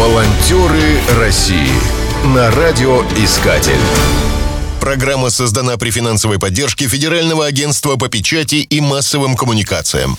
Волонтеры России на радиоискатель. Программа создана при финансовой поддержке Федерального агентства по печати и массовым коммуникациям.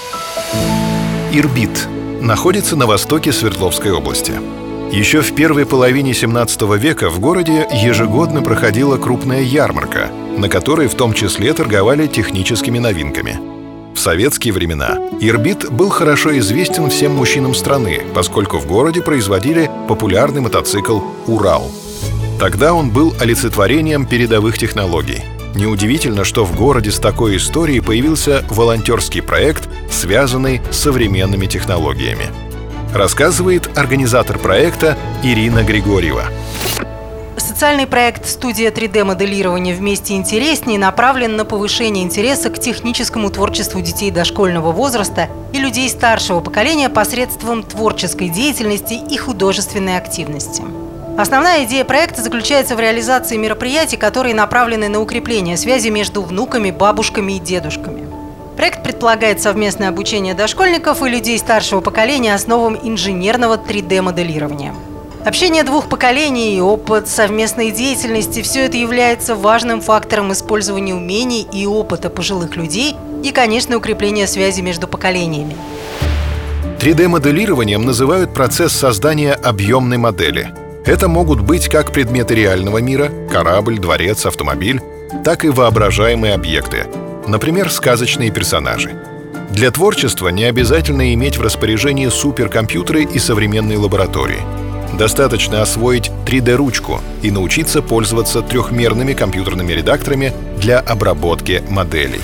Ирбит находится на востоке Свердловской области. Еще в первой половине 17 века в городе ежегодно проходила крупная ярмарка, на которой в том числе торговали техническими новинками. В советские времена Ирбит был хорошо известен всем мужчинам страны, поскольку в городе производили популярный мотоцикл «Урал». Тогда он был олицетворением передовых технологий. Неудивительно, что в городе с такой историей появился волонтерский проект, связанный с современными технологиями. Рассказывает организатор проекта Ирина Григорьева. Социальный проект «Студия 3D-моделирования вместе интереснее» направлен на повышение интереса к техническому творчеству детей дошкольного возраста и людей старшего поколения посредством творческой деятельности и художественной активности. Основная идея проекта заключается в реализации мероприятий, которые направлены на укрепление связи между внуками, бабушками и дедушками. Проект предполагает совместное обучение дошкольников и людей старшего поколения основам инженерного 3D-моделирования. Общение двух поколений, опыт совместной деятельности – все это является важным фактором использования умений и опыта пожилых людей и, конечно, укрепления связи между поколениями. 3D-моделированием называют процесс создания объемной модели. Это могут быть как предметы реального мира – корабль, дворец, автомобиль, так и воображаемые объекты, например, сказочные персонажи. Для творчества не обязательно иметь в распоряжении суперкомпьютеры и современные лаборатории. Достаточно освоить 3D-ручку и научиться пользоваться трехмерными компьютерными редакторами для обработки моделей.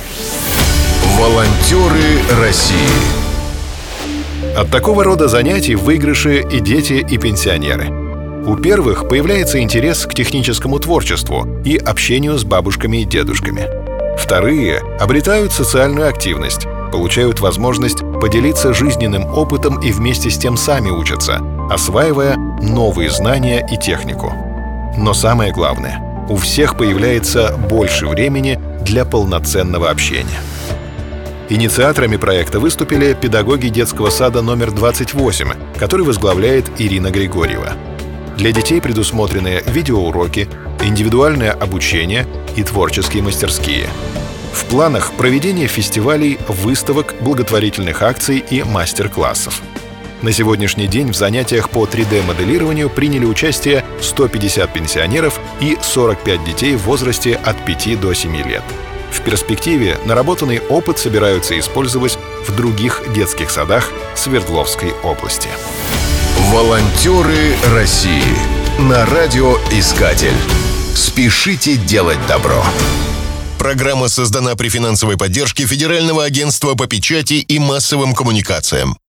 Волонтеры России. От такого рода занятий в выигрыше и дети, и пенсионеры. У первых появляется интерес к техническому творчеству и общению с бабушками и дедушками. Вторые обретают социальную активность, получают возможность поделиться жизненным опытом и вместе с тем сами учатся, осваивая новые знания и технику. Но самое главное, у всех появляется больше времени для полноценного общения. Инициаторами проекта выступили педагоги детского сада номер 28, который возглавляет Ирина Григорьева. Для детей предусмотрены видеоуроки, индивидуальное обучение и творческие мастерские. В планах проведение фестивалей, выставок, благотворительных акций и мастер-классов. На сегодняшний день в занятиях по 3D-моделированию приняли участие 150 пенсионеров и 45 детей в возрасте от 5 до 7 лет. В перспективе наработанный опыт собираются использовать в других детских садах Свердловской области. Волонтеры России на радиоискатель. Спешите делать добро. Программа создана при финансовой поддержке Федерального агентства по печати и массовым коммуникациям.